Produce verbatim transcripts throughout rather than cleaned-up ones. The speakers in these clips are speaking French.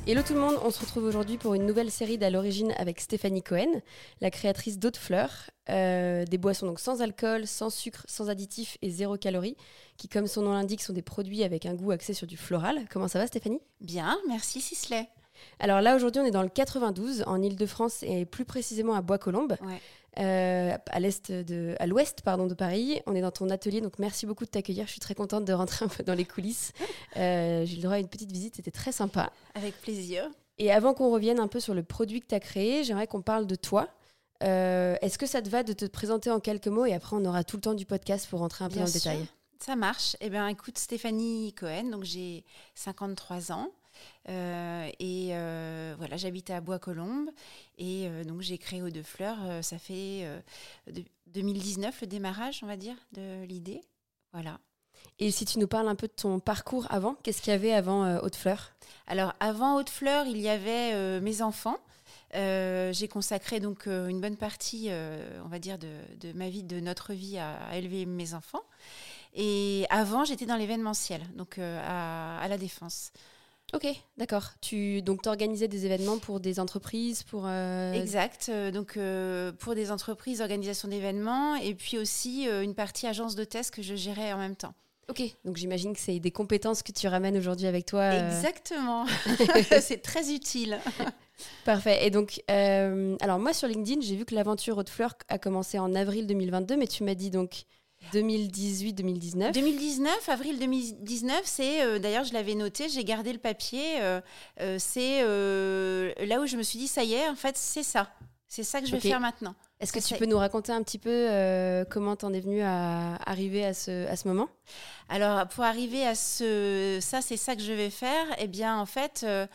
Hello tout le monde, on se retrouve aujourd'hui pour une nouvelle série d'À l'origine avec Stéphanie Cohen, la créatrice d'Eau de Fleur, euh, des boissons donc sans alcool, sans sucre, sans additifs et zéro calorie, qui comme son nom l'indique sont des produits avec un goût axé sur du floral. Comment ça va Stéphanie ? Bien, merci Sisley. Alors là aujourd'hui on est dans le quatre-vingt-douze, en Île-de-France et plus précisément à Bois-Colombes. Ouais. Euh, à l'est de, à l'ouest pardon de Paris. On est dans ton atelier, donc merci beaucoup de t'accueillir. Je suis très contente de rentrer un peu dans les coulisses. Euh, j'ai eu le droit à une petite visite, c'était très sympa. Avec plaisir. Et avant qu'on revienne un peu sur le produit que tu as créé, j'aimerais qu'on parle de toi. Euh, est-ce que ça te va de te présenter en quelques mots et après on aura tout le temps du podcast pour rentrer un peu Bien dans le sûr, détail. Ça marche. Eh bien, écoute, Stéphanie Cohen, donc j'ai cinquante-trois ans. Euh, et euh, voilà, j'habite à Bois-Colombes et euh, donc j'ai créé Eau de Fleur. Euh, ça fait euh, de, deux mille dix-neuf le démarrage, on va dire, de l'idée. Voilà. Et si tu nous parles un peu de ton parcours avant, qu'est-ce qu'il y avait avant euh, Eau de Fleur ? Alors, avant Eau de Fleur, il y avait euh, mes enfants. Euh, j'ai consacré donc euh, une bonne partie, euh, on va dire, de, de ma vie, de notre vie à, à élever mes enfants. Et avant, j'étais dans l'événementiel, donc euh, à, à La Défense. Ok, d'accord. Tu donc t'organisais des événements pour des entreprises, pour euh... Exact. Euh, donc euh, pour des entreprises, organisation d'événements, et puis aussi euh, une partie agence d'hôtesse que je gérais en même temps. Ok, donc j'imagine que c'est des compétences que tu ramènes aujourd'hui avec toi. Euh... Exactement. C'est très utile. Parfait. Et donc, euh, alors moi sur LinkedIn, j'ai vu que l'aventure Eau de Fleur a commencé en avril deux mille vingt-deux, mais tu m'as dit donc deux mille dix-huit deux mille dix-neuf. deux mille dix-neuf, avril deux mille dix-neuf, c'est, euh, d'ailleurs je l'avais noté, j'ai gardé le papier, euh, euh, c'est euh, là où je me suis dit, ça y est, en fait, c'est ça. C'est ça que je vais okay. faire maintenant. Est-ce que ça, tu ça... peux nous raconter un petit peu euh, comment t'en es venue à arriver à ce, à ce moment ? Alors, pour arriver à ce... Ça, c'est ça que je vais faire. Eh bien, en fait, euh,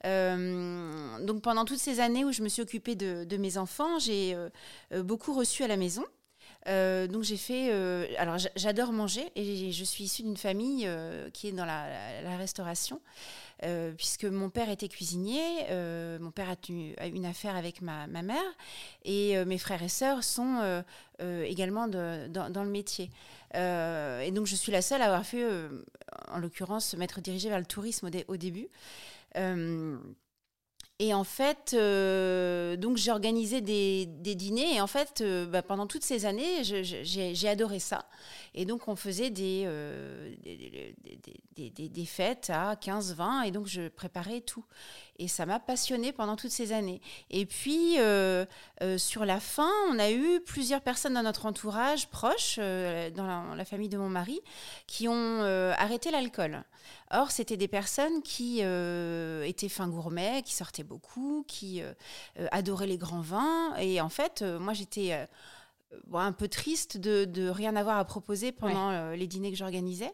euh, donc pendant toutes ces années où je me suis occupée de, de mes enfants, j'ai euh, beaucoup reçu à la maison. Euh, donc j'ai fait. Euh, alors j'adore manger et je suis issue d'une famille euh, qui est dans la, la, la restauration, euh, puisque mon père était cuisinier, euh, mon père a, tenu, a une affaire avec ma, ma mère et euh, mes frères et sœurs sont euh, euh, également de, dans, dans le métier. Euh, et donc je suis la seule à avoir fait, euh, en l'occurrence, m'être dirigée vers le tourisme au, dé, au début. Euh, Et en fait, euh, donc j'ai organisé des, des dîners et en fait, euh, bah, pendant toutes ces années, je, je, j'ai, j'ai adoré ça. Et donc, on faisait des, euh, des, des, des, des, des fêtes à quinze vingt et donc je préparais tout. Et ça m'a passionnée pendant toutes ces années. Et puis, euh, euh, sur la fin, on a eu plusieurs personnes dans notre entourage proche, euh, dans la, la famille de mon mari, qui ont euh, arrêté l'alcool. Or, c'était des personnes qui euh, étaient fins gourmets, qui sortaient beaucoup, qui euh, euh, adoraient les grands vins. Et en fait, euh, moi, j'étais euh, bon, un peu triste de, de rien avoir à proposer pendant ouais. euh, les dîners que j'organisais.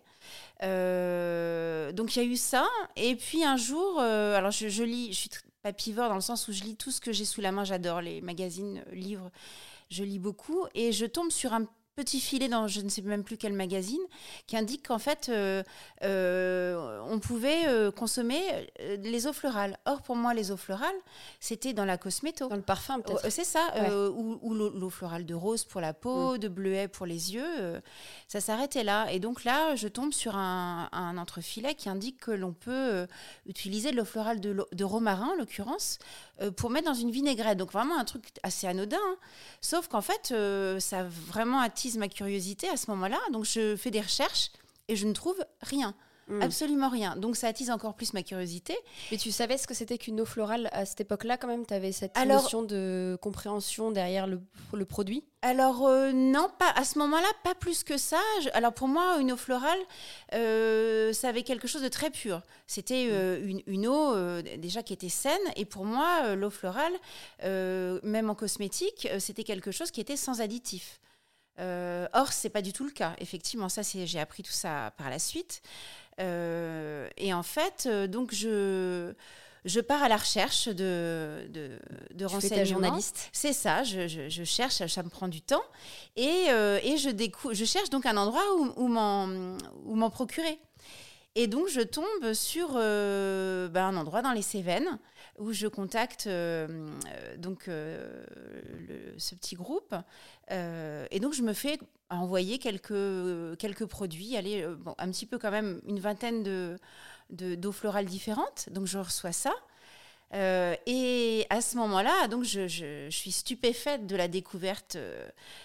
Euh, donc, il y a eu ça. Et puis, un jour, euh, alors je, je lis, je suis papivore dans le sens où je lis tout ce que j'ai sous la main. J'adore les magazines, livres, je lis beaucoup. Et je tombe sur un petit filet dans je ne sais même plus quel magazine qui indique qu'en fait euh, euh, on pouvait euh, consommer euh, les eaux florales. Or pour moi les eaux florales c'était dans la cosméto. Dans le parfum peut-être. Euh, c'est ça, ouais. euh, ou, ou l'eau, l'eau florale de rose pour la peau, mmh. de bleuet pour les yeux, euh, ça s'arrêtait là. Et donc là je tombe sur un, un entrefilet qui indique que l'on peut euh, utiliser de l'eau florale de, de romarin en l'occurrence euh, pour mettre dans une vinaigrette. Donc vraiment un truc assez anodin, hein. Sauf qu'en fait euh, ça a vraiment attise ma curiosité à ce moment-là, donc je fais des recherches et je ne trouve rien, mmh. absolument rien. Donc ça attise encore plus ma curiosité. Mais tu savais ce que c'était qu'une eau florale à cette époque-là quand même ? Tu avais cette alors, notion de compréhension derrière le, le produit ? Alors euh, non, pas à ce moment-là, pas plus que ça. Je, alors pour moi, une eau florale, euh, ça avait quelque chose de très pur. C'était euh, une, une eau euh, déjà qui était saine. Et pour moi, euh, l'eau florale, euh, même en cosmétique, euh, c'était quelque chose qui était sans additifs. Euh, or, c'est pas du tout le cas. Effectivement, ça, c'est, j'ai appris tout ça par la suite. Euh, et en fait, euh, donc je, je pars à la recherche de, de, de tu renseignements. Fais ta journaliste. C'est ça. Je, je, je cherche, ça me prend du temps, et, euh, et je décou- je cherche donc un endroit où, où m'en, où m'en procurer. Et donc, je tombe sur euh, bah, un endroit dans les Cévennes où je contacte euh, euh, donc, euh, le, ce petit groupe. Euh, et donc, je me fais envoyer quelques, quelques produits, allez, euh, bon, un petit peu quand même, une vingtaine de, de, d'eau florale différentes. Donc, je reçois ça. Euh, et à ce moment-là, donc je, je, je suis stupéfaite de la découverte euh,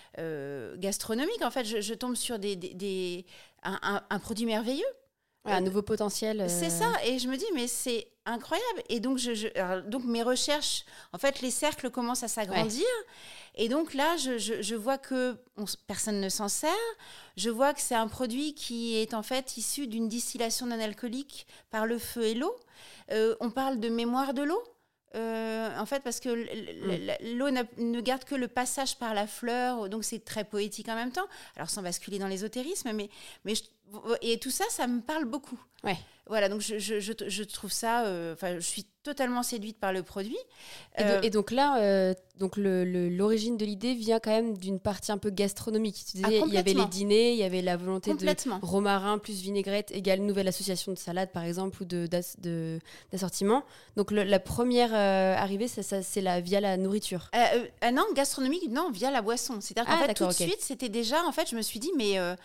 euh, gastronomique. En fait, je, je tombe sur des, des, des, un, un, un produit merveilleux. Ouais, un nouveau potentiel. Euh... C'est ça. Et je me dis, mais c'est incroyable. Et donc, je, je, alors, donc mes recherches, en fait, les cercles commencent à s'agrandir. Ouais. Et donc là, je, je, je vois que on, personne ne s'en sert. Je vois que c'est un produit qui est en fait issu d'une distillation non alcoolique par le feu et l'eau. Euh, on parle de mémoire de l'eau. Euh, en fait, parce que mmh. l'eau ne garde que le passage par la fleur, donc c'est très poétique en même temps. Alors, sans basculer dans l'ésotérisme, mais, mais je, et tout ça, ça me parle beaucoup. Ouais. Voilà, donc je, je, je, je trouve ça... Enfin, euh, je suis totalement séduite par le produit. Et, euh, de, et donc là, euh, donc le, le, l'origine de l'idée vient quand même d'une partie un peu gastronomique. Tu disais, ah, il y avait les dîners, il y avait la volonté de romarin plus vinaigrette égale nouvelle association de salade, par exemple, ou de, d'as, de, d'assortiment. Donc le, la première euh, arrivée, ça, ça, c'est la, via la nourriture. Euh, euh, non, gastronomique, non, via la boisson. C'est-à-dire qu'en ah, fait, tout de okay. suite, c'était déjà... En fait, je me suis dit, mais euh,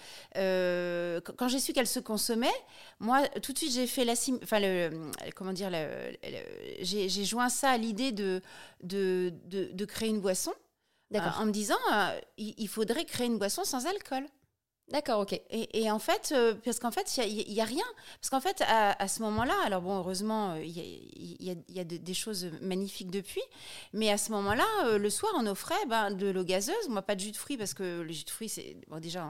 euh, quand j'ai su qu'elle se consommait, moi, tout de suite, j'ai fait la... Enfin, le, comment dire... Le, le, j'ai, j'ai joint ça à l'idée de, de, de, de créer une boisson. D'accord. Euh, en me disant, euh, il, il faudrait créer une boisson sans alcool. D'accord, ok. Et, et en fait, euh, parce qu'en fait, il n'y a, a rien. Parce qu'en fait, à, à ce moment-là, alors bon, heureusement, il y a, y a, y a de, des choses magnifiques depuis, mais à ce moment-là, euh, le soir, on offrait ben, de l'eau gazeuse. Moi, pas de jus de fruits, parce que le jus de fruits, c'est, bon, déjà,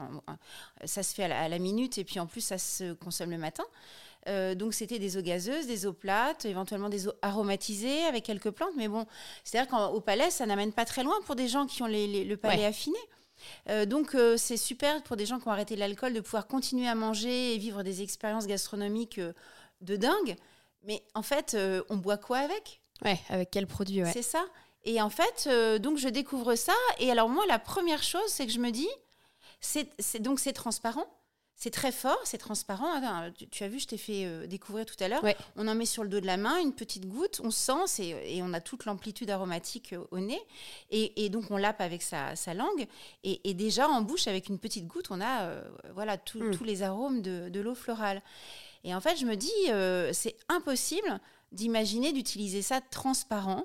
ça se fait à la, à la minute, et puis en plus, ça se consomme le matin. Euh, donc, c'était des eaux gazeuses, des eaux plates, éventuellement des eaux aromatisées avec quelques plantes. Mais bon, c'est-à-dire qu'au palais, ça n'amène pas très loin pour des gens qui ont les, les, le palais ouais. affiné. Euh, donc euh, c'est super pour des gens qui ont arrêté l'alcool de pouvoir continuer à manger et vivre des expériences gastronomiques euh, de dingue. Mais en fait, euh, on boit quoi avec ? Ouais, avec quel produit ouais. C'est ça. Et en fait, euh, donc je découvre ça. Et alors moi, la première chose, c'est que je me dis, c'est, c'est, donc c'est transparent. C'est très fort, c'est transparent. Attends, tu, tu as vu, je t'ai fait euh, découvrir tout à l'heure. Ouais. On en met sur le dos de la main, une petite goutte, on sent, c'est, et on a toute l'amplitude aromatique euh, au nez. Et, et donc, on lappe avec sa, sa langue. Et, et déjà, en bouche, avec une petite goutte, on a euh, voilà, tout, mm. tous les arômes de, de l'eau florale. Et en fait, je me dis, euh, c'est impossible d'imaginer d'utiliser ça transparent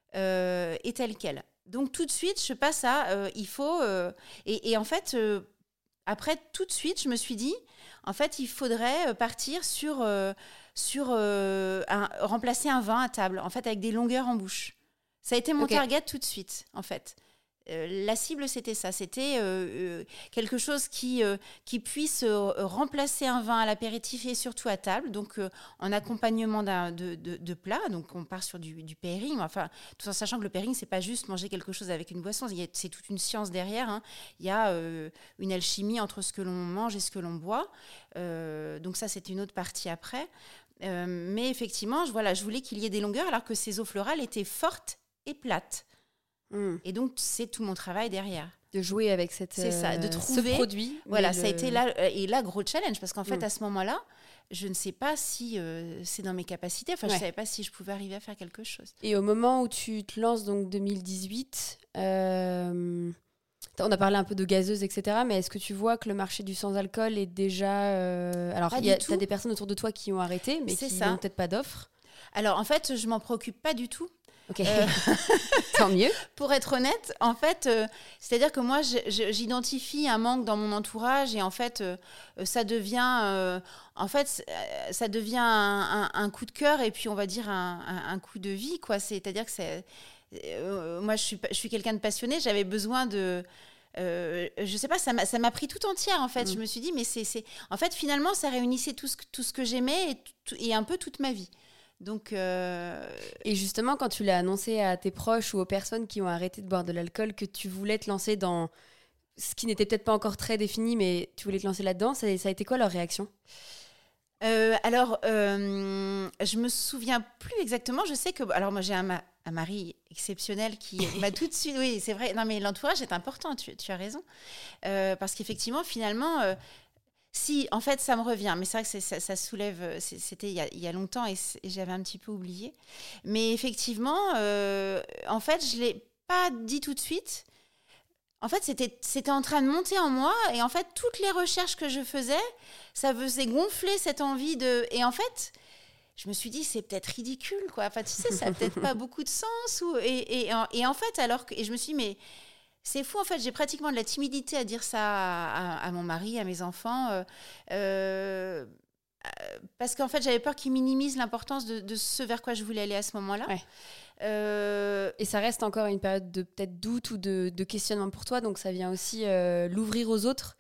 euh, et tel quel. Donc, tout de suite, je passe à, euh, il faut... Euh, et, et en fait... Euh, Après, tout de suite, je me suis dit, en fait, il faudrait partir sur, euh, sur euh, un, remplacer un vin à table, en fait, avec des longueurs en bouche. Ça a été mon okay. target tout de suite, en fait. Euh, la cible, c'était ça. C'était euh, euh, quelque chose qui, euh, qui puisse euh, remplacer un vin à l'apéritif et surtout à table, donc euh, en accompagnement d'un, de, de, de plats. Donc, on part sur du, du pairing. Enfin, tout en sachant que le pairing, c'est pas juste manger quelque chose avec une boisson. Il y a, c'est toute une science derrière. Hein. Il y a euh, une alchimie entre ce que l'on mange et ce que l'on boit. Euh, donc, ça, c'est une autre partie après. Euh, mais effectivement, je, voilà, je voulais qu'il y ait des longueurs alors que ces eaux florales étaient fortes et plates. Mmh. Et donc, c'est tout mon travail derrière. De jouer avec cette, c'est ça, de trouver, ce produit. Voilà, le... ça a été là, et là, gros challenge, parce qu'en fait, mmh. à ce moment-là, je ne sais pas si euh, c'est dans mes capacités. Enfin, ouais. je ne savais pas si je pouvais arriver à faire quelque chose. Et au moment où tu te lances, donc deux mille dix-huit, euh, on a parlé un peu de gazeuse, et cetera. Mais est-ce que tu vois que le marché du sans-alcool est déjà... Euh... Alors, tu as des personnes autour de toi qui ont arrêté, mais c'est qui n'ont peut-être pas d'offre. Alors, en fait, je ne m'en préoccupe pas du tout. Okay. Euh, Tant mieux. Pour être honnête, en fait, euh, c'est-à-dire que moi, je, je, j'identifie un manque dans mon entourage et en fait, euh, ça devient, euh, en fait, ça devient un, un, un coup de cœur et puis on va dire un, un, un coup de vie, quoi. C'est-à-dire que c'est, euh, moi, je suis, je suis quelqu'un de passionné. J'avais besoin de Euh, je sais pas, ça m'a, ça m'a pris tout entière en fait. Mmh. Je me suis dit, mais c'est, c'est, en fait, finalement, ça réunissait tout ce, tout ce que j'aimais et, tout, et un peu toute ma vie. Donc, euh... Et justement, quand tu l'as annoncé à tes proches ou aux personnes qui ont arrêté de boire de l'alcool que tu voulais te lancer dans ce qui n'était peut-être pas encore très défini, mais tu voulais te lancer là-dedans, ça, ça a été quoi leur réaction ? euh, Alors, euh, je me souviens plus exactement. Je sais que, alors moi j'ai un, ma- un mari exceptionnel qui m'a tout de suite. Oui, c'est vrai. Non, mais l'entourage est important. Tu, tu as raison, euh, parce qu'effectivement, finalement. Euh, Si, en fait, ça me revient, mais c'est vrai que c'est, ça, ça soulève, c'est, c'était il y, a, il y a longtemps et, et j'avais un petit peu oublié. Mais effectivement, euh, en fait, je ne l'ai pas dit tout de suite. En fait, c'était, c'était en train de monter en moi et en fait, toutes les recherches que je faisais, ça faisait gonfler cette envie de... Et en fait, je me suis dit, c'est peut-être ridicule, quoi. Enfin, tu sais, ça n'a peut-être pas beaucoup de sens. Ou, et, et, en, et en fait, alors que, et je me suis dit, mais c'est fou, en fait, j'ai pratiquement de la timidité à dire ça à, à, à mon mari, à mes enfants. Euh, euh, parce qu'en fait, j'avais peur qu'ils minimisent l'importance de, de ce vers quoi je voulais aller à ce moment-là. Ouais. Euh, Et ça reste encore une période de peut-être doute ou de, de questionnement pour toi, donc ça vient aussi euh, l'ouvrir aux autres.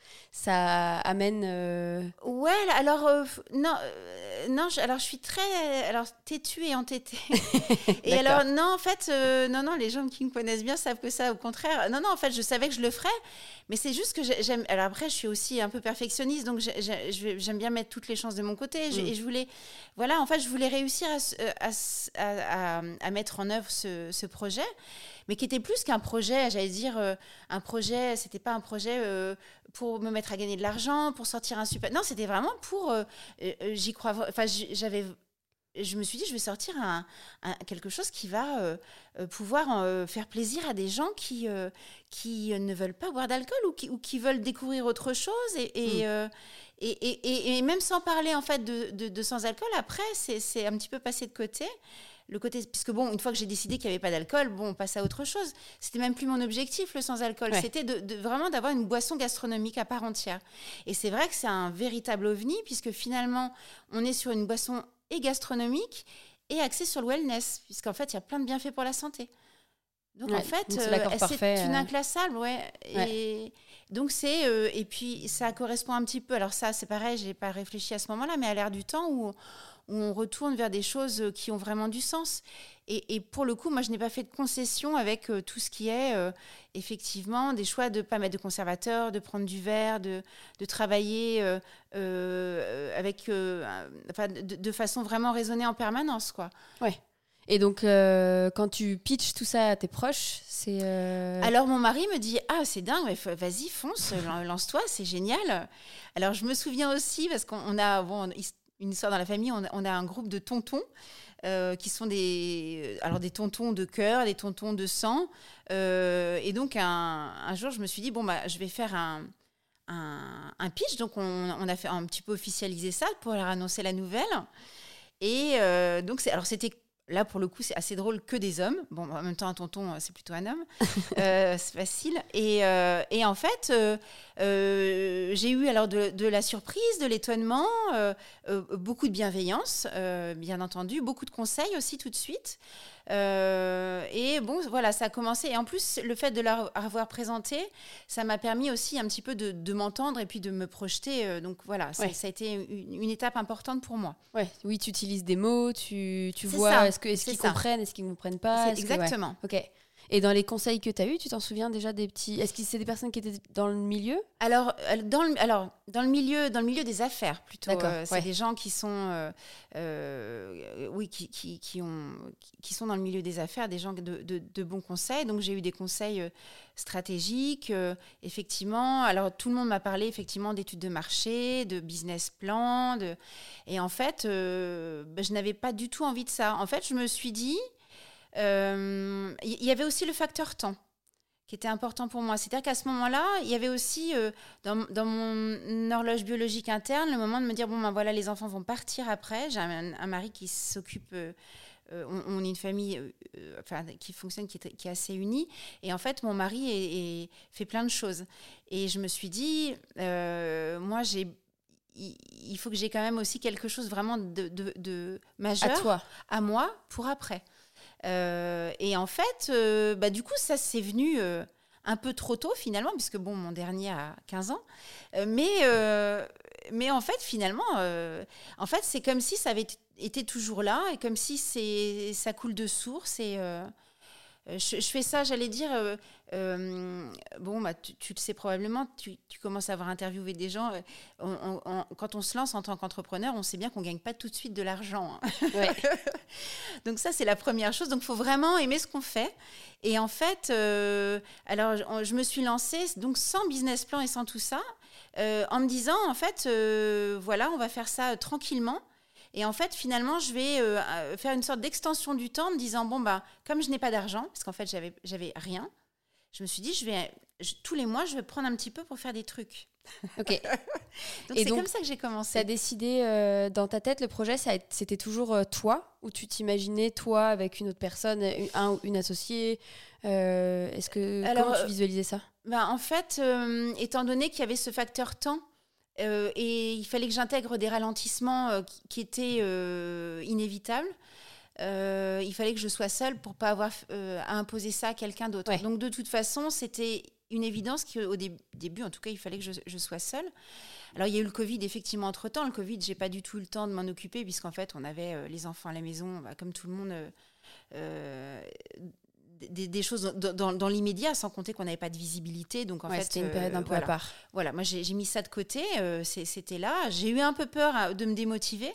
Ça amène. Euh... Ouais, alors euh, non, euh, non. Je, alors je suis très, alors têtue et entêtée. Et alors non, en fait, euh, non, non. Les gens qui me connaissent bien savent que ça, au contraire. Non, non. En fait, je savais que je le ferais, mais c'est juste que j'aime. Alors après, je suis aussi un peu perfectionniste, donc j'aime bien mettre toutes les chances de mon côté. Mm. Et je voulais, voilà, en fait, je voulais réussir à, à, à, à, à mettre en œuvre ce, ce projet, mais qui était plus qu'un projet, j'allais dire, euh, un projet, c'était pas un projet euh, pour me mettre à gagner de l'argent, pour sortir un super... Non, c'était vraiment pour... Euh, euh, j'y crois... Enfin, j'avais... Je me suis dit, je vais sortir un, un, quelque chose qui va euh, pouvoir euh, faire plaisir à des gens qui, euh, qui ne veulent pas boire d'alcool ou qui, ou qui veulent découvrir autre chose. Et, et, mmh. euh, et, et, et, et même sans parler, en fait, de, de, de sans-alcool, après, c'est, c'est un petit peu passé de côté. Le côté, puisque bon, une fois que j'ai décidé qu'il n'y avait pas d'alcool, bon, on passe à autre chose. C'était même plus mon objectif, le sans-alcool. Ouais. C'était de, de, vraiment d'avoir une boisson gastronomique à part entière. Et c'est vrai que c'est un véritable ovni, puisque finalement, on est sur une boisson et gastronomique et axée sur le wellness, puisqu'en fait, il y a plein de bienfaits pour la santé. Donc, ouais, en fait, donc c'est, euh, parfait, c'est une inclassable, ouais. Et ouais. donc, c'est... Euh, et puis, ça correspond un petit peu... Alors ça, c'est pareil, je n'ai pas réfléchi à ce moment-là, mais à l'ère du temps où... où on retourne vers des choses qui ont vraiment du sens. Et, et pour le coup, moi, je n'ai pas fait de concession avec euh, tout ce qui est, euh, effectivement, des choix de ne pas mettre de conservateur, de prendre du verre, de, de travailler euh, euh, avec, euh, enfin, de, de façon vraiment raisonnée en permanence, quoi. Ouais. Et donc, euh, quand tu pitches tout ça à tes proches, c'est... Euh... Alors, mon mari me dit « Ah, c'est dingue, mais vas-y, fonce, lance-toi, c'est génial !» Alors, je me souviens aussi, parce qu'on a... Bon, une histoire dans la famille, on a, on a un groupe de tontons euh, qui sont des, alors des tontons de cœur, des tontons de sang. Euh, et donc, un, un jour, je me suis dit, bon, bah, je vais faire un, un, un pitch. Donc, on, on a fait un petit peu officialiser ça pour leur annoncer la nouvelle. Et euh, donc, c'est, alors, c'était... Là, pour le coup, c'est assez drôle que des hommes. Bon, en même temps, un tonton, c'est plutôt un homme. euh, c'est facile. Et, euh, et en fait, euh, euh, j'ai eu alors de, de la surprise, de l'étonnement, euh, euh, beaucoup de bienveillance, euh, bien entendu, beaucoup de conseils aussi tout de suite. Euh, et bon, voilà, ça a commencé. Et en plus, le fait de leur avoir présenté, ça m'a permis aussi un petit peu de, de m'entendre et puis de me projeter. Euh, donc voilà, ça, ouais. ça a été une, une étape importante pour moi. Ouais. Oui, tu utilises des mots, tu, tu vois, ça. est-ce, que, est-ce qu'ils ça. comprennent, est-ce qu'ils ne comprennent pas c'est Exactement. Que, ouais. Ok. Et dans les conseils que tu as eus, tu t'en souviens déjà des petits... Est-ce que c'est des personnes qui étaient dans le milieu ? Alors, dans le, alors dans, le milieu, dans le milieu des affaires, plutôt. Euh, c'est ouais. des gens qui sont, euh, euh, oui, qui, qui, qui, ont, qui sont dans le milieu des affaires, des gens de, de, de bons conseils. Donc, j'ai eu des conseils stratégiques, euh, effectivement. Alors, tout le monde m'a parlé, effectivement, d'études de marché, de business plan. De... Et en fait, euh, ben, je n'avais pas du tout envie de ça. En fait, je me suis dit... Il euh, y, y avait aussi le facteur temps qui était important pour moi. C'est-à-dire qu'à ce moment-là, il y avait aussi euh, dans, dans mon horloge biologique interne le moment de me dire, bon, ben voilà, les enfants vont partir après. J'ai un, un mari qui s'occupe... Euh, euh, on, on est une famille euh, enfin, qui fonctionne, qui est, qui est assez unie. Et en fait, mon mari est, est, fait plein de choses. Et je me suis dit, euh, moi, j'ai... il faut que j'ai quand même aussi quelque chose vraiment de, de, de majeur à, toi. à moi pour après. Euh, et en fait, euh, bah, du coup, ça c'est venu euh, un peu trop tôt finalement, puisque bon, mon dernier a quinze ans. Euh, mais, euh, mais en fait, finalement, euh, en fait, c'est comme si ça avait été toujours là et comme si c'est, ça coule de source. Et euh, je, je fais ça, j'allais dire... Euh, Euh, bon, bah, tu, tu le sais probablement, tu, tu commences à avoir interviewé des gens. Euh, on, on, on, quand on se lance en tant qu'entrepreneur, on sait bien qu'on ne gagne pas tout de suite de l'argent. Hein. Ouais. Donc ça, c'est la première chose. Donc, il faut vraiment aimer ce qu'on fait. Et en fait, euh, alors, je, je me suis lancée donc, sans business plan et sans tout ça, euh, en me disant, en fait, euh, voilà, on va faire ça euh, tranquillement. Et en fait, finalement, je vais euh, faire une sorte d'extension du temps en me disant, bon, bah, comme je n'ai pas d'argent, parce qu'en fait, j'avais, j'avais rien, je me suis dit, je vais, je, tous les mois, je vais prendre un petit peu pour faire des trucs. Ok. donc, et c'est donc, comme ça que j'ai commencé. Tu as décidé euh, dans ta tête, le projet, ça a, c'était toujours euh, toi, ou tu t'imaginais toi avec une autre personne, une, un ou une associée euh, est-ce que, Alors, comment tu visualisais ça? Ben, en fait, euh, étant donné qu'il y avait ce facteur temps, euh, et il fallait que j'intègre des ralentissements euh, qui, qui étaient euh, inévitables, euh, il fallait que je sois seule pour ne pas avoir euh, à imposer ça à quelqu'un d'autre. Ouais. Donc, de toute façon, c'était une évidence qu'au dé- début, en tout cas, il fallait que je, je sois seule. Alors, il y a eu le Covid, effectivement, entre-temps. Le Covid, je n'ai pas du tout eu le temps de m'en occuper, puisqu'en fait, on avait euh, les enfants à la maison, bah, comme tout le monde... Euh, euh, Des, des choses dans, dans, dans l'immédiat, sans compter qu'on n'avait pas de visibilité. Donc, en ouais, fait, c'était une période euh, un peu voilà. à part. Voilà, moi, j'ai, j'ai mis ça de côté. Euh, c'est, c'était là. J'ai eu un peu peur à, de me démotiver.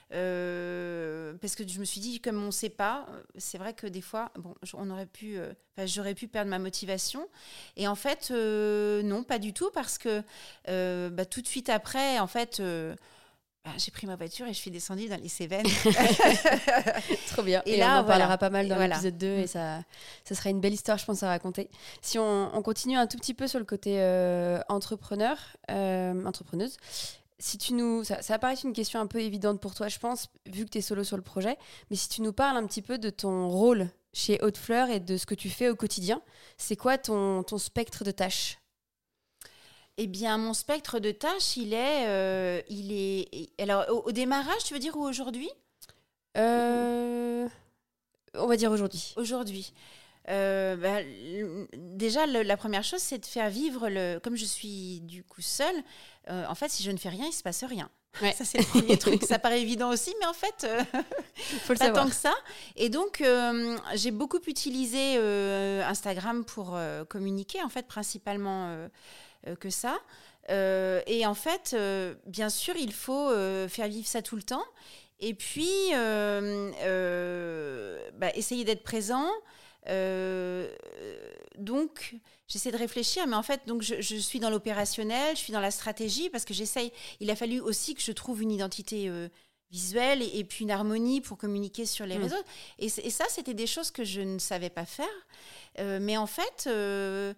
Euh, parce que je me suis dit, comme on ne sait pas, c'est vrai que des fois, bon, on aurait pu, euh, j'aurais pu perdre ma motivation. Et en fait, euh, non, pas du tout. Parce que euh, bah, tout de suite après, en fait... Euh, bah, j'ai pris ma voiture et je suis descendue dans les Cévennes. Trop bien. Et, Et et là, on en parlera voilà. pas mal dans Voilà. l'épisode deux et ça, ça sera une belle histoire, je pense, à raconter. Si on, on continue un tout petit peu sur le côté euh, entrepreneur, euh, entrepreneuse, si tu nous, ça, ça va paraître une question un peu évidente pour toi, je pense, vu que tu es solo sur le projet, mais si tu nous parles un petit peu de ton rôle chez Haute Fleur et de ce que tu fais au quotidien, c'est quoi ton, ton spectre de tâches ? Eh bien, mon spectre de tâches, il est... Euh, il est alors, au, au démarrage, tu veux dire, ou aujourd'hui ? euh, On va dire aujourd'hui. Aujourd'hui. Euh, bah, l- déjà, le, la première chose, c'est de faire vivre le... Comme je suis du coup seule, euh, en fait, si je ne fais rien, il ne se passe rien. Ouais. Ça, c'est le premier truc. Ça paraît évident aussi, mais en fait, euh, Faut le pas savoir. tant que ça. Et donc, euh, j'ai beaucoup utilisé euh, Instagram pour euh, communiquer, en fait, principalement euh, euh, que ça. Euh, et en fait, euh, bien sûr, il faut euh, faire vivre ça tout le temps. Et puis, euh, euh, bah, essayer d'être présent. Euh, donc, j'essaie de réfléchir, mais en fait, donc je, je suis dans l'opérationnel, je suis dans la stratégie, parce que j'essaye. Il a fallu aussi que je trouve une identité euh, visuelle et, et puis une harmonie pour communiquer sur les Mmh. réseaux. Et, et ça, c'était des choses que je ne savais pas faire. Euh, mais en fait, euh,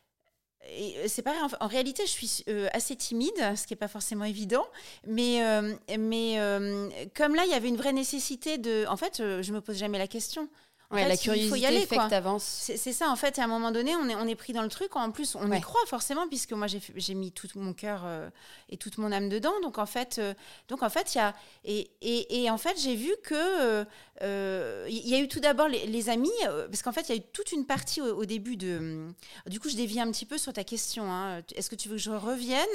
et c'est pareil. En, en réalité, je suis euh, assez timide, ce qui n'est pas forcément évident. Mais, euh, mais euh, comme là, il y avait une vraie nécessité de. En fait, euh, je me pose jamais la question. En Ouais, fait, la il curiosité faut y aller, fait quoi. que t'avances. C'est, c'est ça, en fait, et à un moment donné, on est, on est pris dans le truc. En plus, on Ouais. y croit forcément, puisque moi, j'ai, fait- j'ai mis tout mon cœur euh, et toute mon âme dedans. Donc, en fait, euh, donc, en fait, il y a... Et, et, et en fait, j'ai vu que... euh, euh, Il y a eu tout d'abord les, les amis, euh, parce qu'en fait, il y a eu toute une partie au, au début de... hum, Du coup, je dévie un petit peu sur ta question. Hein. Est-ce que tu veux que je revienne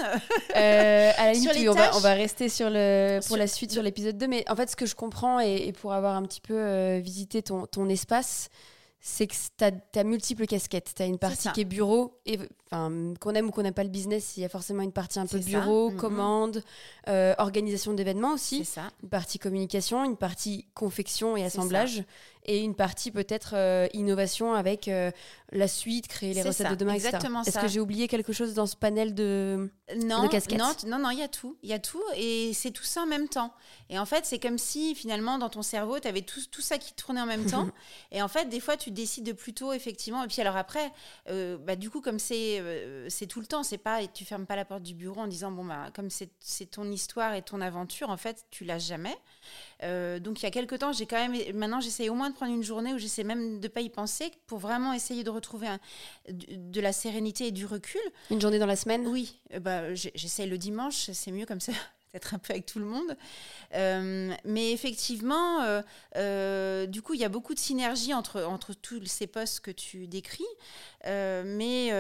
Euh, à la limite, Sur les oui, on va, tâches. on va rester sur le, pour Sur- la suite sur l'épisode deux. Mais en fait, ce que je comprends, et, et pour avoir un petit peu euh, visité ton, ton espace, c'est que tu as multiples casquettes. Tu as une partie ça. qui est bureau, et, enfin, qu'on aime ou qu'on n'aime pas le business, il y a forcément une partie un peu C'est ça. bureau, Mhm. commande, euh, organisation d'événements aussi, C'est ça. une partie communication, une partie confection et C'est assemblage, et une partie peut-être euh, innovation avec euh, la suite, créer les C'est recettes ça, de demain, exactement et cetera. Est-ce ça. que j'ai oublié quelque chose dans ce panel de... Non, de casquettes. non, t- non, non, il y a tout, il y a tout, et c'est tout ça en même temps. Et en fait, c'est comme si finalement dans ton cerveau, tu avais tout, tout ça qui tournait en même temps. Et en fait, des fois, tu décides de plutôt effectivement. Et puis alors après, euh, bah, du coup, comme c'est euh, c'est tout le temps, c'est pas, et tu fermes pas la porte du bureau en disant bon bah comme c'est c'est ton histoire et ton aventure, en fait, tu lâches jamais. Euh, donc il y a quelques temps, j'ai quand même maintenant j'essaie au moins de prendre une journée où j'essaie même de pas y penser pour vraiment essayer de retrouver un, de, de la sérénité et du recul. Une journée dans la semaine? Oui, euh, bah, j'ai- j'essaie le dimanche, c'est mieux comme ça, d'être un peu avec tout le monde. Euh, mais effectivement, euh, euh, du coup, il y a beaucoup de synergie entre, entre tous ces postes que tu décris. Euh, mais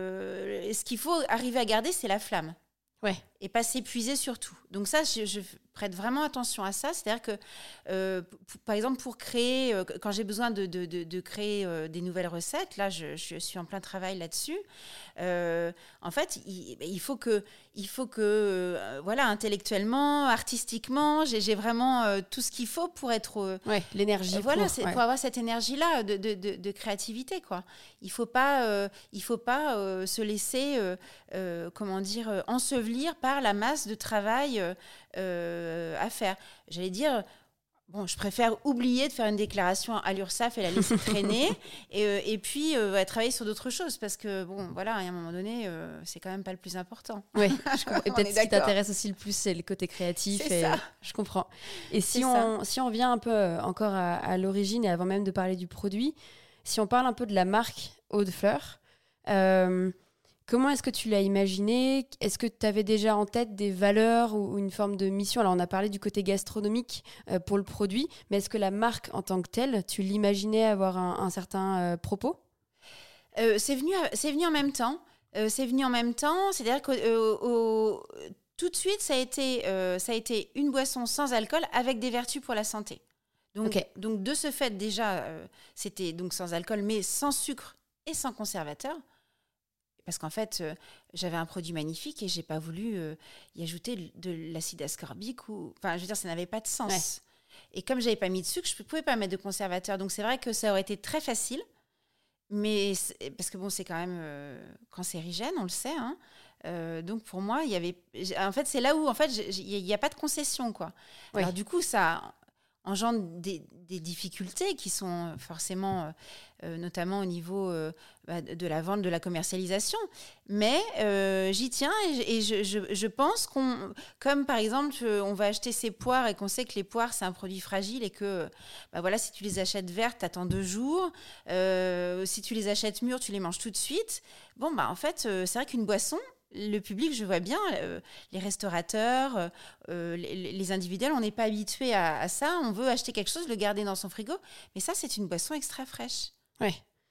euh, ce qu'il faut arriver à garder, c'est la flamme. Ouais. Et pas s'épuiser surtout. Donc ça, je, je prête vraiment attention à ça. C'est-à-dire que, euh, p- par exemple, pour créer, euh, quand j'ai besoin de, de, de, de créer euh, des nouvelles recettes, là, je, je suis en plein travail là-dessus. Euh, en fait, il, il faut que, il faut que euh, voilà, intellectuellement, artistiquement, j'ai, j'ai vraiment euh, tout ce qu'il faut pour être... euh, Ouais, l'énergie. euh, voilà, pour, c'est ouais. pour avoir cette énergie-là de, de, de, de créativité, quoi. Il faut pas, euh, il faut pas euh, se laisser, euh, euh, comment dire, euh, ensevelir par la masse de travail euh, euh, à faire. J'allais dire, Bon, je préfère oublier de faire une déclaration à l'URSSAF et la laisser traîner et, euh, et puis euh, travailler sur d'autres choses parce que, bon, voilà, à un moment donné, euh, c'est quand même pas le plus important. Oui, je comprends. Et peut-être ce qui t'intéresse aussi le plus, c'est le côté créatif. C'est et ça. Je comprends. Et si on, si on vient un peu euh, encore à, à l'origine et avant même de parler du produit, si on parle un peu de la marque Eau de Fleur, euh, comment est-ce que tu l'as imaginé ? Est-ce que tu avais déjà en tête des valeurs ou, ou une forme de mission ? Alors, on a parlé du côté gastronomique euh, pour le produit, mais est-ce que la marque en tant que telle, tu l'imaginais avoir un, un certain euh, propos ? euh, c'est, venu, c'est venu en même temps. Euh, c'est venu en même temps. C'est-à-dire que euh, au, tout de suite, ça a, été, euh, ça a été une boisson sans alcool avec des vertus pour la santé. Donc, okay. donc de ce fait, déjà, euh, c'était donc sans alcool, mais sans sucre et sans conservateur. Parce qu'en fait, euh, j'avais un produit magnifique et je n'ai pas voulu euh, y ajouter de, de l'acide ascorbique. Ou... Enfin, je veux dire, ça n'avait pas de sens. Ouais. Et comme je n'avais pas mis de sucre, je ne pouvais pas mettre de conservateur. Donc, c'est vrai que ça aurait été très facile. Mais parce que, bon, c'est quand même euh, cancérigène, on le sait. Hein. Euh, donc, pour moi, il y avait... En fait, c'est là où, en fait, il n'y a pas de concession, quoi. Oui. Alors, du coup, ça... engendre des, des difficultés qui sont forcément, euh, notamment au niveau euh, bah, de la vente, de la commercialisation. Mais euh, j'y tiens et, et je, je, je pense qu'on, comme par exemple, on va acheter ses poires et qu'on sait que les poires, c'est un produit fragile et que bah voilà, si tu les achètes vertes, tu attends deux jours. Euh, si tu les achètes mûres, tu les manges tout de suite. Bon, bah, en fait, euh, c'est vrai qu'une boisson, le public, je vois bien, euh, les restaurateurs, euh, les, les individuels, on n'est pas habitué à, à ça. On veut acheter quelque chose, le garder dans son frigo. Mais ça, c'est une boisson extra fraîche. Ouais.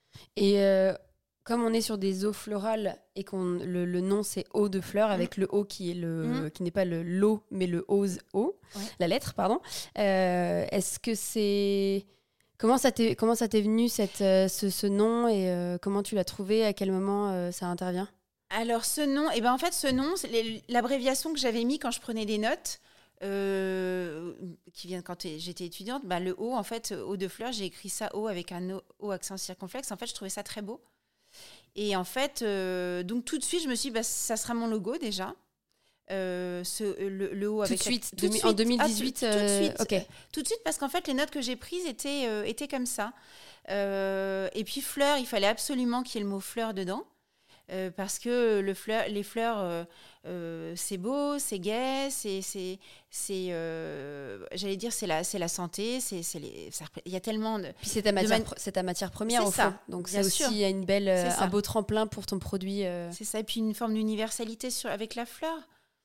Et euh, comme on est sur des eaux florales et qu'on le, le nom c'est eau de fleur avec mmh. le O qui est le mmh. qui n'est pas le l'eau mais le ose O, ouais. la lettre pardon. Euh, est-ce que c'est comment ça t'est comment ça t'est venu cette euh, ce, ce nom et euh, comment tu l'as trouvé, à quel moment euh, ça intervient? Alors, ce nom, eh ben, en fait, ce nom, c'est l'abréviation que j'avais mis quand je prenais des notes, euh, qui vient quand j'étais étudiante. Bah, le O, en fait, Eau de Fleur, j'ai écrit ça O avec un O, o accent circonflexe. En fait, je trouvais ça très beau. Et en fait, euh, donc tout de suite, je me suis dit, bah, ça sera mon logo déjà. Euh, ce, le, le haut avec tout de suite, la... tout de suite en deux mille dix-huit ah, tout, tout de suite euh, okay. tout de suite parce qu'en fait les notes que j'ai prises étaient, euh, étaient comme ça euh, et puis fleur, il fallait absolument qu'il y ait le mot fleur dedans. Euh, parce que le fleur, les fleurs, euh, euh, c'est beau, c'est gai, c'est, c'est, c'est euh, j'allais dire, c'est la, c'est la santé, c'est, c'est les, ça, il y a tellement de. Puis c'est ta matière, man... c'est ta matière première c'est au ça, fond, donc c'est sûr. Aussi une belle, euh, un beau tremplin pour ton produit. Euh... C'est ça, et puis une forme d'universalité sur, avec la fleur.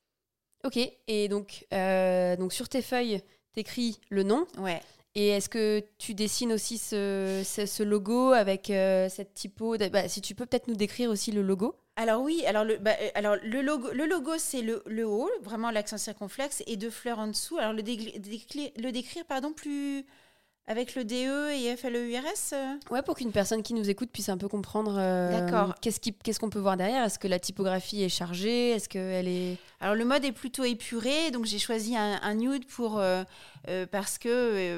Ok, et donc, euh, donc sur tes feuilles, t'écris le nom. Ouais. Et est-ce que tu dessines aussi ce, ce, ce logo avec euh, cette typo de, bah, si tu peux peut-être nous décrire aussi le logo. Alors oui, alors le, bah, alors le logo, le logo c'est le, le haut, vraiment l'accent circonflexe, et deux fleurs en dessous. Alors le, dé, dé, le décrire pardon, plus avec le D E et F L E U R S euh... Ouais, pour qu'une personne qui nous écoute puisse un peu comprendre euh, D'accord. Qu'est-ce, qui, qu'est-ce qu'on peut voir derrière. Est-ce que la typographie est chargée? Est-ce qu'elle est... Alors le mode est plutôt épuré, donc j'ai choisi un, un nude pour, euh, euh, parce que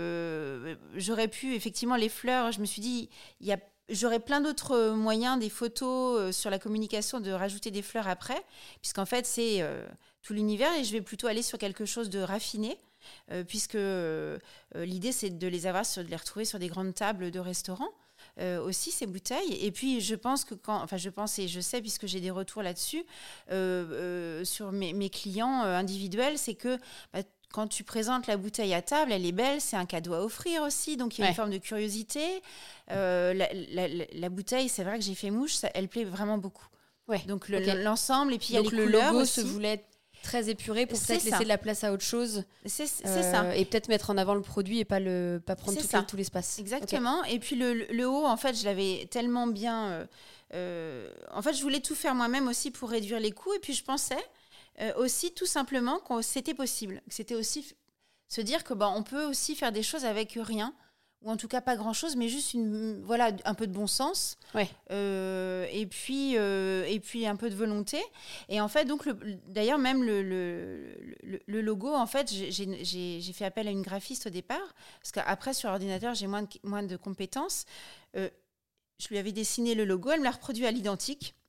euh, j'aurais pu, effectivement, les fleurs, je me suis dit, il y a j'aurais plein d'autres moyens, des photos euh, sur la communication, de rajouter des fleurs après, puisqu'en fait, c'est euh, tout l'univers et je vais plutôt aller sur quelque chose de raffiné, euh, puisque euh, l'idée, c'est de les avoir, sur, de les retrouver sur des grandes tables de restaurants. Euh, aussi ces bouteilles, et puis je pense que quand, enfin je pense et je sais puisque j'ai des retours là-dessus euh, euh, sur mes, mes clients euh, individuels, c'est que bah, quand tu présentes la bouteille à table, elle est belle, c'est un cadeau à offrir aussi, donc il y a ouais. une forme de curiosité. Euh, la, la, la, la bouteille, c'est vrai que j'ai fait mouche, ça, elle plaît vraiment beaucoup. Ouais. Donc le, okay. l'ensemble, et puis il y a les le couleurs logo aussi. Se voulait très épuré pour peut-être laisser de la place à autre chose. C'est, c'est euh, ça. Et peut-être mettre en avant le produit et pas, le, pas prendre tout, les, tout l'espace. Exactement. Okay. Et puis le, le haut, en fait, je l'avais tellement bien... Euh, euh, en fait, je voulais tout faire moi-même aussi pour réduire les coûts. Et puis je pensais euh, aussi tout simplement que c'était possible. Que c'était aussi f- se dire que, bah, on peut aussi faire des choses avec rien. Ou en tout cas pas grand-chose, mais juste une, voilà, un peu de bon sens, ouais. euh, et, puis, euh, et puis un peu de volonté. Et en fait, donc le, d'ailleurs, même le, le, le, le logo, en fait, j'ai, j'ai, j'ai fait appel à une graphiste au départ, parce qu'après, sur ordinateur, j'ai moins de, moins de compétences. Euh, je lui avais dessiné le logo, elle me l'a reproduit à l'identique.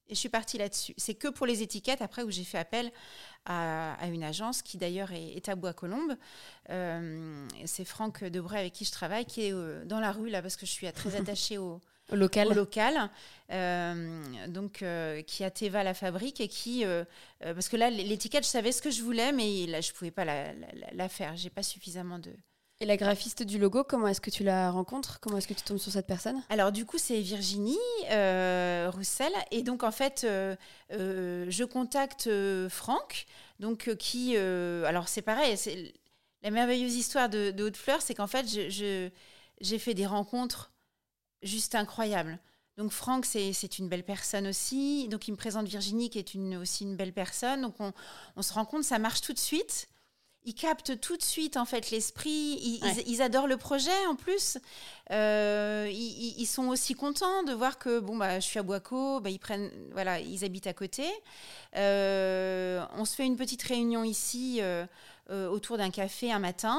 Et je suis partie là-dessus. C'est que pour les étiquettes, après, où j'ai fait appel à, à une agence qui, d'ailleurs, est, est à Bois-Colombes. Euh, c'est Franck Debray, avec qui je travaille, qui est euh, dans la rue, là, parce que je suis très attachée au, au local. Au local euh, donc, euh, qui a Teva la fabrique et qui... Euh, euh, parce que là, l'étiquette, je savais ce que je voulais, mais là, je ne pouvais pas la, la, la faire. Je n'ai pas suffisamment de... Et la graphiste du logo, comment est-ce que tu la rencontres ? Comment est-ce que tu tombes sur cette personne ? Alors du coup, c'est Virginie euh, Roussel. Et donc en fait, euh, euh, je contacte euh, Franck, donc, euh, qui... Euh, alors c'est pareil, c'est, la merveilleuse histoire de, de Haute Fleur, c'est qu'en fait, je, je, j'ai fait des rencontres juste incroyables. Donc Franck, c'est, c'est une belle personne aussi. Donc il me présente Virginie, qui est une, aussi une belle personne. Donc on, on se rend compte, ça marche tout de suite. Ils captent tout de suite en fait l'esprit. Ils, ouais. ils, ils adorent le projet en plus. Euh, ils, ils sont aussi contents de voir que bon bah je suis à Boisco. Bah ils prennent voilà ils habitent à côté. Euh, on se fait une petite réunion ici euh, euh, autour d'un café un matin.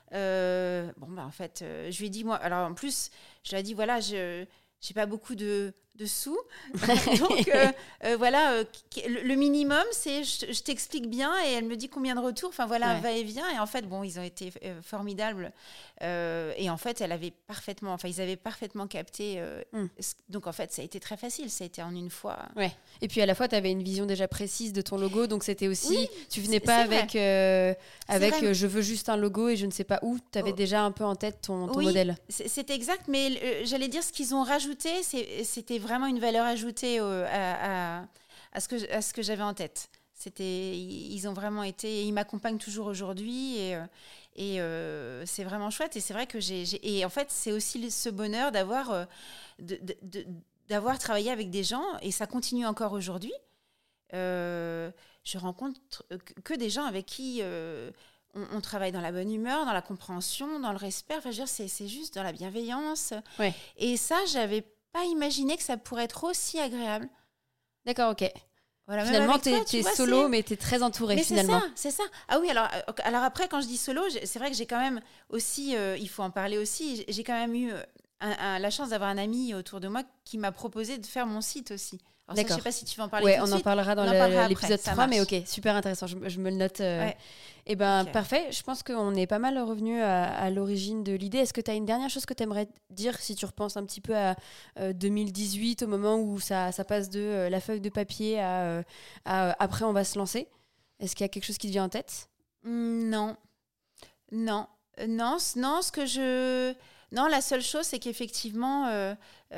Euh, bon bah en fait euh, je lui ai dit moi alors en plus je lui ai dit voilà je j'ai pas beaucoup de de sous. Donc, euh, euh, voilà, euh, le, le minimum, c'est je, je t'explique bien et elle me dit combien de retours. Enfin, voilà, ouais. va-et-vient. Et en fait, bon, ils ont été euh, formidables. Euh, et en fait, elle avait parfaitement, enfin, ils avaient parfaitement capté. Euh, mm. Donc, en fait, ça a été très facile. Ça a été en une fois. Ouais. Et puis, à la fois, tu avais une vision déjà précise de ton logo. Donc, c'était aussi, oui, tu venais pas avec, euh, avec euh, je veux juste un logo et je ne sais pas où. Tu avais oh. déjà un peu en tête ton, ton oui, modèle. C'était exact. Mais euh, j'allais dire, ce qu'ils ont rajouté, c'est, c'était vraiment une valeur ajoutée. Euh, à, à, à ce que, à ce que j'avais en tête. C'était, ils ont vraiment été... Ils m'accompagnent toujours aujourd'hui et, et euh, c'est vraiment chouette. Et c'est vrai que j'ai... j'ai et en fait, c'est aussi ce bonheur d'avoir, euh, de, de, de, d'avoir travaillé avec des gens et ça continue encore aujourd'hui. Euh, je rencontre que des gens avec qui euh, on, on travaille dans la bonne humeur, dans la compréhension, dans le respect. Enfin, je veux dire, c'est, c'est juste dans la bienveillance. Ouais. Et ça, j'avais pas imaginer que ça pourrait être aussi agréable. D'accord, ok. Voilà, finalement, tu es solo, c'est... mais tu es très entourée, mais finalement. C'est ça, c'est ça. Ah oui, alors, alors après, quand je dis solo, c'est vrai que j'ai quand même aussi, euh, il faut en parler aussi, j'ai quand même eu un, un, la chance d'avoir un ami autour de moi qui m'a proposé de faire mon site aussi. Alors ça, je ne sais pas si tu veux en parler ouais, tout de on suite. en parlera dans on le, parlera l'épisode après, trois, mais ok, super intéressant, je, je me le note. Euh... Ouais. Et ben okay. Parfait, je pense qu'on est pas mal revenu à, à l'origine de l'idée. Est-ce que tu as une dernière chose que tu aimerais dire si tu repenses un petit peu à euh, deux mille dix-huit, au moment où ça, ça passe de euh, la feuille de papier à, euh, à euh, après on va se lancer? Est-ce qu'il y a quelque chose qui te vient en tête? Non, non, non, non, ce que je... Non, la seule chose, c'est qu'effectivement, euh,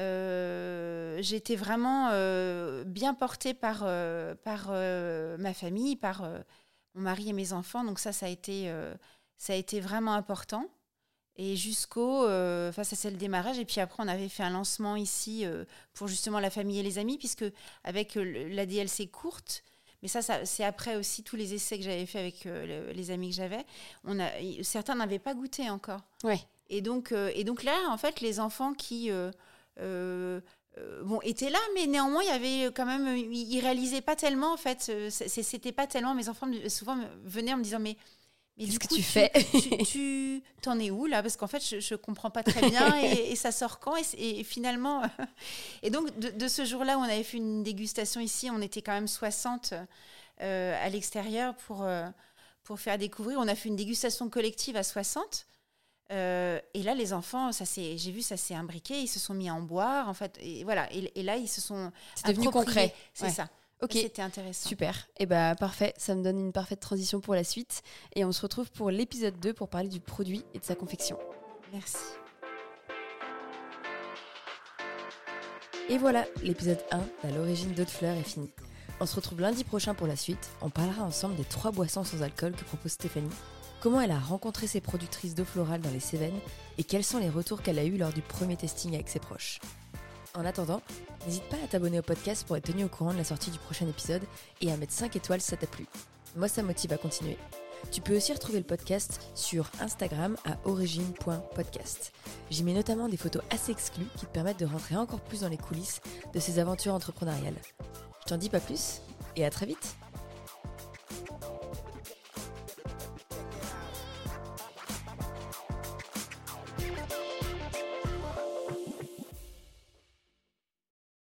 euh, j'étais vraiment euh, bien portée par, euh, par euh, ma famille, par euh, mon mari et mes enfants. Donc ça, ça a été, euh, ça a été vraiment important. Et jusqu'au... Euh, enfin, ça, c'est le démarrage. Et puis après, on avait fait un lancement ici euh, pour justement la famille et les amis, puisque avec euh, la D L C courte... Mais ça, ça, c'est après aussi tous les essais que j'avais faits avec euh, le, les amis que j'avais. On a, certains n'avaient pas goûté encore. Ouais. Et donc, euh, et donc là, en fait, les enfants qui euh, euh, euh, bon, étaient là, mais néanmoins, il y avait quand même, ils réalisaient pas tellement, en fait, c'était pas tellement, mes enfants souvent venaient en me disant, mais, mais qu'est-ce du que coup, tu, tu fais tu, tu t'en es où là? Parce qu'en fait, je, je comprends pas très bien et, et ça sort quand? Et, et finalement, et donc, de, de ce jour-là où on avait fait une dégustation ici, on était quand même soixante euh, à l'extérieur pour, euh, pour faire découvrir. On a fait une dégustation collective à soixante. Euh, et là, les enfants, ça c'est, j'ai vu, ça s'est imbriqué, ils se sont mis à en boire, en fait, et voilà. Et, et là, ils se sont c'est devenu concret. C'est ouais. ça. Ok. C'était intéressant. Super. Et bah parfait. Ça me donne une parfaite transition pour la suite. Et on se retrouve pour l'épisode deux pour parler du produit et de sa confection. Merci. Et voilà, l'épisode un à l'origine d'Haute Fleur est fini. On se retrouve lundi prochain pour la suite. On parlera ensemble des trois boissons sans alcool que propose Stéphanie. Comment elle a rencontré ses productrices d'eau florale dans les Cévennes et quels sont les retours qu'elle a eus lors du premier testing avec ses proches. En attendant, n'hésite pas à t'abonner au podcast pour être tenu au courant de la sortie du prochain épisode et à mettre cinq étoiles si ça t'a plu. Moi, ça motive à continuer. Tu peux aussi retrouver le podcast sur Instagram à origine point podcast. J'y mets notamment des photos assez exclues qui te permettent de rentrer encore plus dans les coulisses de ces aventures entrepreneuriales. Je t'en dis pas plus et à très vite.